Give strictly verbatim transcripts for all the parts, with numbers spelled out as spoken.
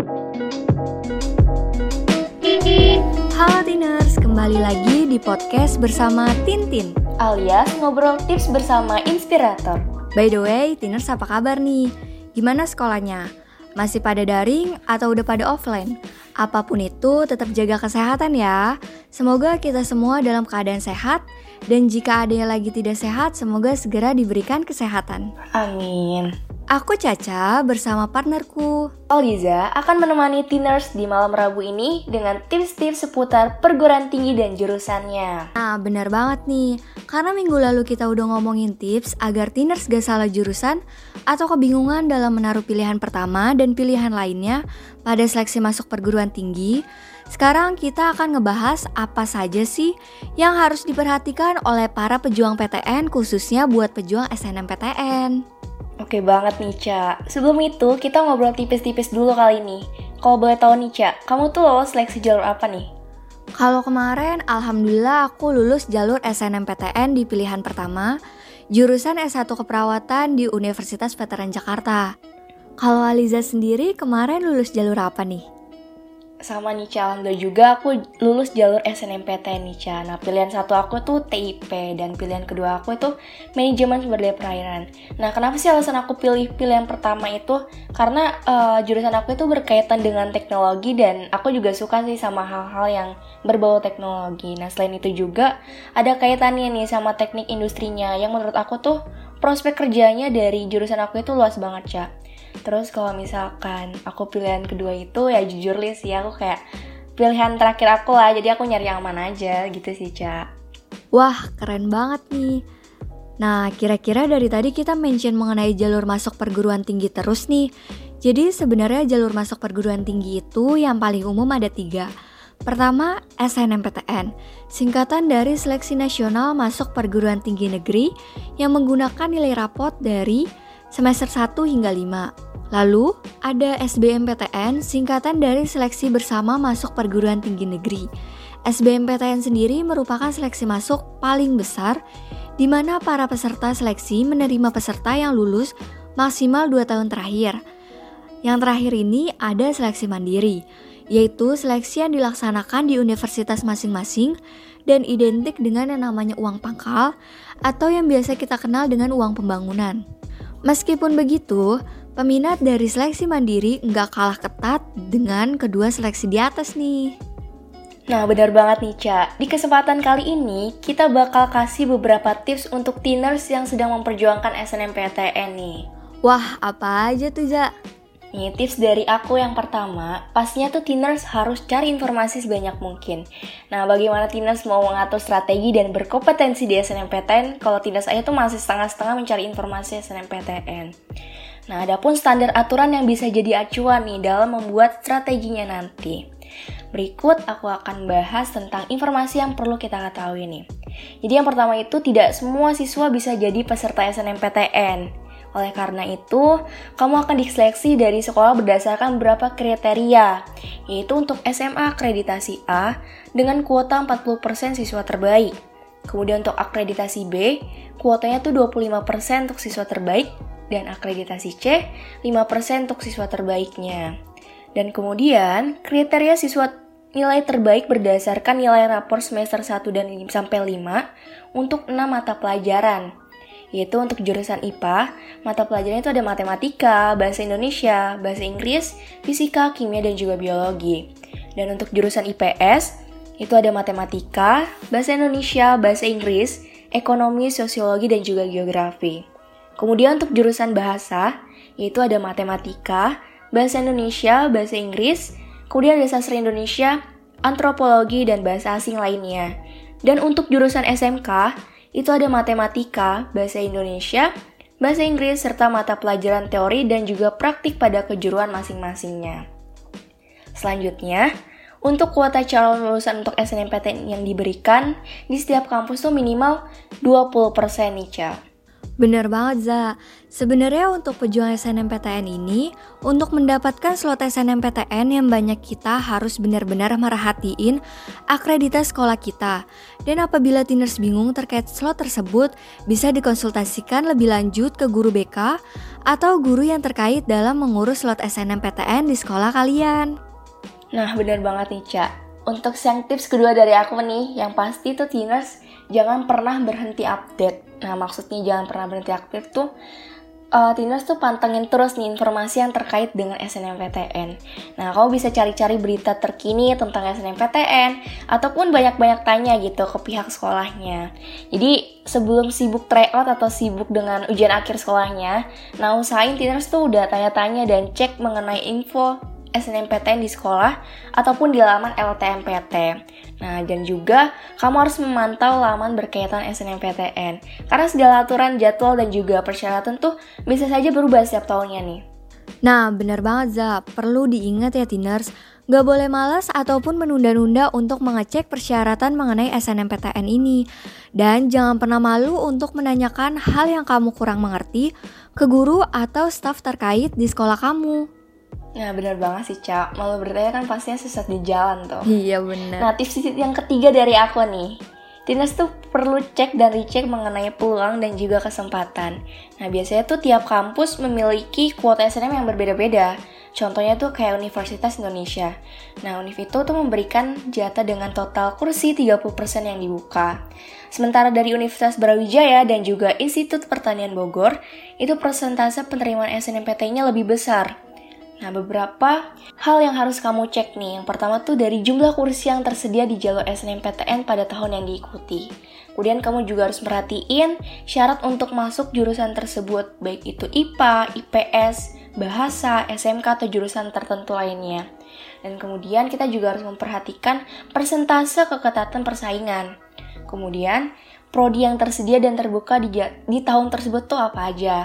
Halo Tiners, kembali lagi di podcast bersama Tintin, alias ngobrol tips bersama inspirator. By the way, Tiners apa kabar nih? Gimana sekolahnya? Masih pada daring atau udah pada offline? Apapun itu, tetap jaga kesehatan ya. Semoga kita semua dalam keadaan sehat, dan jika ada yang lagi tidak sehat, semoga segera diberikan kesehatan. Amin. Aku Caca bersama partnerku Oliza akan menemani Tiners di malam Rabu ini dengan tips-tips seputar perguruan tinggi dan jurusannya. Nah, benar banget nih. Karena minggu lalu kita udah ngomongin tips agar Tiners gak salah jurusan atau kebingungan dalam menaruh pilihan pertama dan pilihan lainnya pada seleksi masuk perguruan tinggi. Sekarang kita akan ngebahas apa saja sih yang harus diperhatikan oleh para pejuang P T N, khususnya buat pejuang S N M P T N. Oke banget nih, Ca. Sebelum itu, kita ngobrol tipis-tipis dulu kali ini. Kalau boleh tahu nih, Ca, kamu tuh lolos seleksi jalur apa nih? Kalau kemarin, alhamdulillah aku lulus jalur S N M P T N di pilihan pertama, jurusan S satu Keperawatan di Universitas Veteran Jakarta. Kalau Aliza sendiri kemarin lulus jalur apa nih? Sama nih, Ca, alhamdulillah juga aku lulus jalur S N M P T N nih, Ca. Nah, pilihan satu aku tuh T I P dan pilihan kedua aku itu manajemen sumber daya perairan. Nah, kenapa sih alasan aku pilih pilihan pertama itu? Karena uh, jurusan aku itu berkaitan dengan teknologi dan aku juga suka sih sama hal-hal yang berbau teknologi. Nah, selain itu juga ada kaitannya nih sama teknik industrinya yang menurut aku tuh prospek kerjanya dari jurusan aku itu luas banget, Ca. Terus kalau misalkan aku pilihan kedua itu ya jujur li sih aku kayak pilihan terakhir aku lah, jadi aku nyari yang aman aja gitu sih, Ca. Wah, keren banget nih. Nah, kira-kira dari tadi kita mention mengenai jalur masuk perguruan tinggi terus nih. Jadi sebenarnya jalur masuk perguruan tinggi itu yang paling umum ada tiga. Pertama, S N M P T N, singkatan dari Seleksi Nasional Masuk Perguruan Tinggi Negeri yang menggunakan nilai rapot dari semester satu hingga lima. Lalu, ada S B M P T N, singkatan dari Seleksi Bersama Masuk Perguruan Tinggi Negeri. S B M P T N sendiri merupakan seleksi masuk paling besar, di mana para peserta seleksi menerima peserta yang lulus maksimal dua tahun terakhir. Yang terakhir ini ada seleksi mandiri, yaitu seleksi yang dilaksanakan di universitas masing-masing dan identik dengan yang namanya uang pangkal atau yang biasa kita kenal dengan uang pembangunan. Meskipun begitu, peminat dari seleksi mandiri nggak kalah ketat dengan kedua seleksi di atas nih. Nah, benar banget nih, Ca. Di kesempatan kali ini, kita bakal kasih beberapa tips untuk Tiners yang sedang memperjuangkan S N M P T N nih. Wah, apa aja tuh, Ca? Nih, tips dari aku yang pertama, pastinya tuh Tiners harus cari informasi sebanyak mungkin. Nah, bagaimana Tiners mau mengatur strategi dan berkompetensi di S N M P T N kalau Tiners aja tuh masih setengah-setengah mencari informasi S N M P T N. Nah, adapun standar aturan yang bisa jadi acuan nih dalam membuat strateginya nanti. Berikut aku akan bahas tentang informasi yang perlu kita ketahui nih. Jadi yang pertama itu tidak semua siswa bisa jadi peserta S N M P T N. Oleh karena itu, kamu akan diseleksi dari sekolah berdasarkan beberapa kriteria, yaitu untuk S M A akreditasi A dengan kuota empat puluh persen siswa terbaik. Kemudian untuk akreditasi B, kuotanya tuh dua puluh lima persen untuk siswa terbaik, dan akreditasi C, lima persen untuk siswa terbaiknya. Dan kemudian, kriteria siswa nilai terbaik berdasarkan nilai rapor semester satu dan sampai lima untuk enam mata pelajaran. Yaitu untuk jurusan I P A, mata pelajarannya itu ada matematika, bahasa Indonesia, bahasa Inggris, fisika, kimia, dan juga biologi. Dan untuk jurusan I P S, itu ada matematika, bahasa Indonesia, bahasa Inggris, ekonomi, sosiologi, dan juga geografi. Kemudian untuk jurusan bahasa, yaitu ada matematika, bahasa Indonesia, bahasa Inggris, kemudian ada sastra Indonesia, antropologi, dan bahasa asing lainnya. Dan untuk jurusan S M K, itu ada matematika, bahasa Indonesia, bahasa Inggris, serta mata pelajaran teori dan juga praktik pada kejuruan masing-masingnya. Selanjutnya, untuk kuota calon lulusan untuk S N M P T N yang diberikan, di setiap kampus tuh minimal dua puluh persen nih, Ca. Bener banget, Za. Sebenarnya untuk pejuang S N M P T N ini, untuk mendapatkan slot S N M P T N yang banyak kita harus benar-benar merhatiin akreditasi sekolah kita. Dan apabila Tiners bingung terkait slot tersebut, bisa dikonsultasikan lebih lanjut ke guru B K atau guru yang terkait dalam mengurus slot S N M P T N di sekolah kalian. Nah, benar banget nih, Ca. Untuk yang tips kedua dari aku nih, yang pasti tuh Tiners jangan pernah berhenti update. Nah, maksudnya jangan pernah berhenti update tuh, uh, Tiners tuh pantengin terus nih informasi yang terkait dengan S N M P T N. Nah, kamu bisa cari-cari berita terkini tentang S N M P T N, ataupun banyak-banyak tanya gitu ke pihak sekolahnya. Jadi, sebelum sibuk tryout atau sibuk dengan ujian akhir sekolahnya, nah usahain Tiners tuh udah tanya-tanya dan cek mengenai info S N M P T N di sekolah ataupun di laman L T M P T. Nah, dan juga kamu harus memantau laman berkaitan S N M P T N karena segala aturan, jadwal, dan juga persyaratan tuh bisa saja berubah setiap tahunnya nih. Nah, benar banget, Za. Perlu diingat ya, Tiners, gak boleh malas ataupun menunda-nunda untuk mengecek persyaratan mengenai S N M P T N ini. Dan jangan pernah malu untuk menanyakan hal yang kamu kurang mengerti ke guru atau staf terkait di sekolah kamu. Nah, benar banget sih, Ca. Malu bertanya kan pastinya sesat di jalan tuh. Iya, benar. Nah, tips yang ketiga dari aku nih, Tiners tuh perlu cek dan recheck mengenai peluang dan juga kesempatan. Nah, biasanya tuh tiap kampus memiliki kuota S N M yang berbeda-beda. Contohnya tuh kayak Universitas Indonesia. Nah, Univ itu tuh memberikan jatah dengan total kursi tiga puluh persen yang dibuka. Sementara dari Universitas Brawijaya dan juga Institut Pertanian Bogor, itu persentase penerimaan S N M P T-nya lebih besar. Nah, beberapa hal yang harus kamu cek nih. Yang pertama tuh dari jumlah kursi yang tersedia di jalur S N M P T N pada tahun yang diikuti. Kemudian kamu juga harus merhatiin syarat untuk masuk jurusan tersebut, baik itu I P A, I P S, bahasa, S M K, atau jurusan tertentu lainnya. Dan kemudian kita juga harus memperhatikan persentase keketatan persaingan. Kemudian, prodi yang tersedia dan terbuka di, di tahun tersebut tuh apa aja.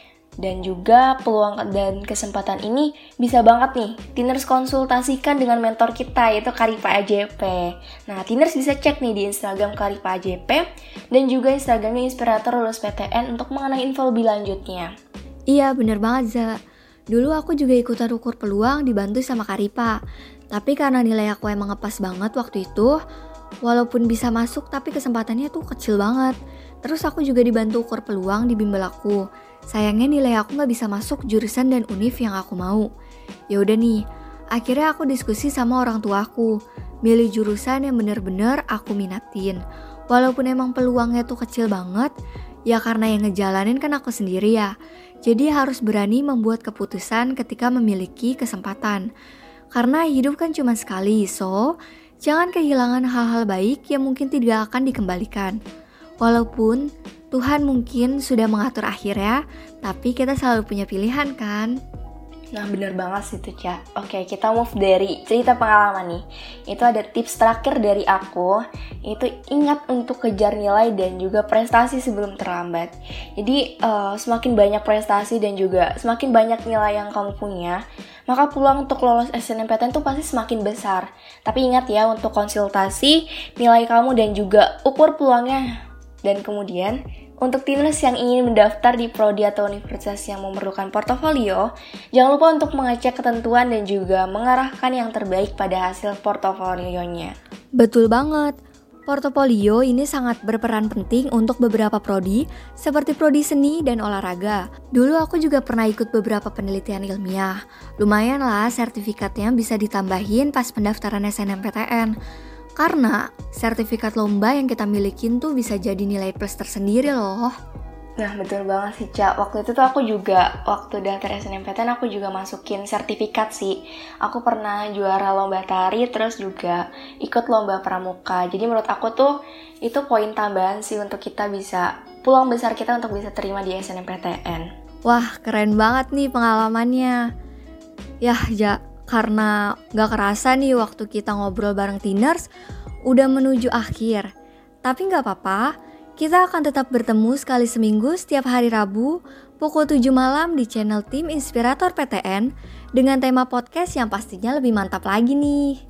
Dan juga peluang dan kesempatan ini bisa banget nih Tiners konsultasikan dengan mentor kita, yaitu Karipa A J P. Nah, Tiners bisa cek nih di Instagram Karipa A J P dan juga Instagramnya Inspirator Lulus P T N untuk mengenai info lebih lanjutnya. Iya, bener banget, Za. Dulu aku juga ikutan ukur peluang dibantu sama Karipa. Tapi karena nilai aku emang ngepas banget waktu itu, walaupun bisa masuk tapi kesempatannya tuh kecil banget. Terus aku juga dibantu ukur peluang di bimbel aku. Sayangnya nilai aku gak bisa masuk jurusan dan univ yang aku mau. Ya udah nih, akhirnya aku diskusi sama orang tuaku, milih jurusan yang bener-bener aku minatin. Walaupun emang peluangnya tuh kecil banget, ya karena yang ngejalanin kan aku sendiri ya. Jadi harus berani membuat keputusan ketika memiliki kesempatan. Karena hidup kan cuma sekali, so jangan kehilangan hal-hal baik yang mungkin tidak akan dikembalikan. Walaupun Tuhan mungkin sudah mengatur akhirnya, tapi kita selalu punya pilihan kan? Nah, bener banget sih tuh, Ca. Oke, kita move dari cerita pengalaman nih. Itu ada tips terakhir dari aku, itu ingat untuk kejar nilai dan juga prestasi sebelum terlambat. Jadi, uh, semakin banyak prestasi dan juga semakin banyak nilai yang kamu punya, maka peluang untuk lolos S N M P T N tuh pasti semakin besar. Tapi ingat ya, untuk konsultasi nilai kamu dan juga ukur peluangnya. Dan kemudian, untuk Tiners yang ingin mendaftar di prodi atau universitas yang memerlukan portofolio, jangan lupa untuk mengecek ketentuan dan juga mengarahkan yang terbaik pada hasil portofolionya. Betul banget. Portofolio ini sangat berperan penting untuk beberapa prodi, seperti prodi seni dan olahraga. Dulu aku juga pernah ikut beberapa penelitian ilmiah. Lumayan lah sertifikatnya bisa ditambahin pas pendaftaran S N M P T N. Karena sertifikat lomba yang kita milikin tuh bisa jadi nilai plus tersendiri loh. Nah, betul banget sih, Ca. Waktu itu tuh aku juga, waktu daftar S N M P T N aku juga masukin sertifikat sih. Aku pernah juara lomba tari, terus juga ikut lomba pramuka. Jadi menurut aku tuh itu poin tambahan sih untuk kita bisa, peluang besar kita untuk bisa terima di S N M P T N. Wah, keren banget nih pengalamannya. Yah, Ja. Karena gak kerasa nih waktu kita ngobrol bareng Tiners udah menuju akhir. Tapi gak apa-apa, kita akan tetap bertemu sekali seminggu setiap hari Rabu pukul tujuh malam di channel tim Inspirator P T N dengan tema podcast yang pastinya lebih mantap lagi nih.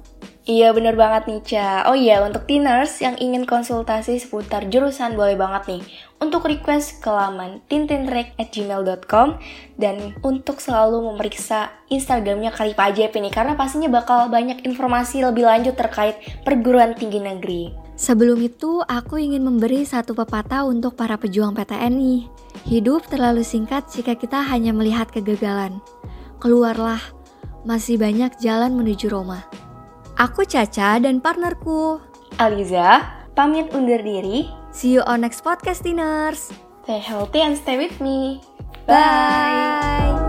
Iya bener banget nih Ca. Oh iya, untuk teeners yang ingin konsultasi seputar jurusan boleh banget nih untuk request ke laman tintinrek at gmail dot com dan untuk selalu memeriksa Instagramnya Kalipa Ajaib ini karena pastinya bakal banyak informasi lebih lanjut terkait perguruan tinggi negeri. Sebelum itu, aku ingin memberi satu pepatah untuk para pejuang P T N nih. Hidup terlalu singkat jika kita hanya melihat kegagalan. Keluarlah, masih banyak jalan menuju Roma. Aku Caca dan partnerku Aliza, pamit undur diri. See you on next podcast, Tiners. Stay healthy and stay with me. Bye.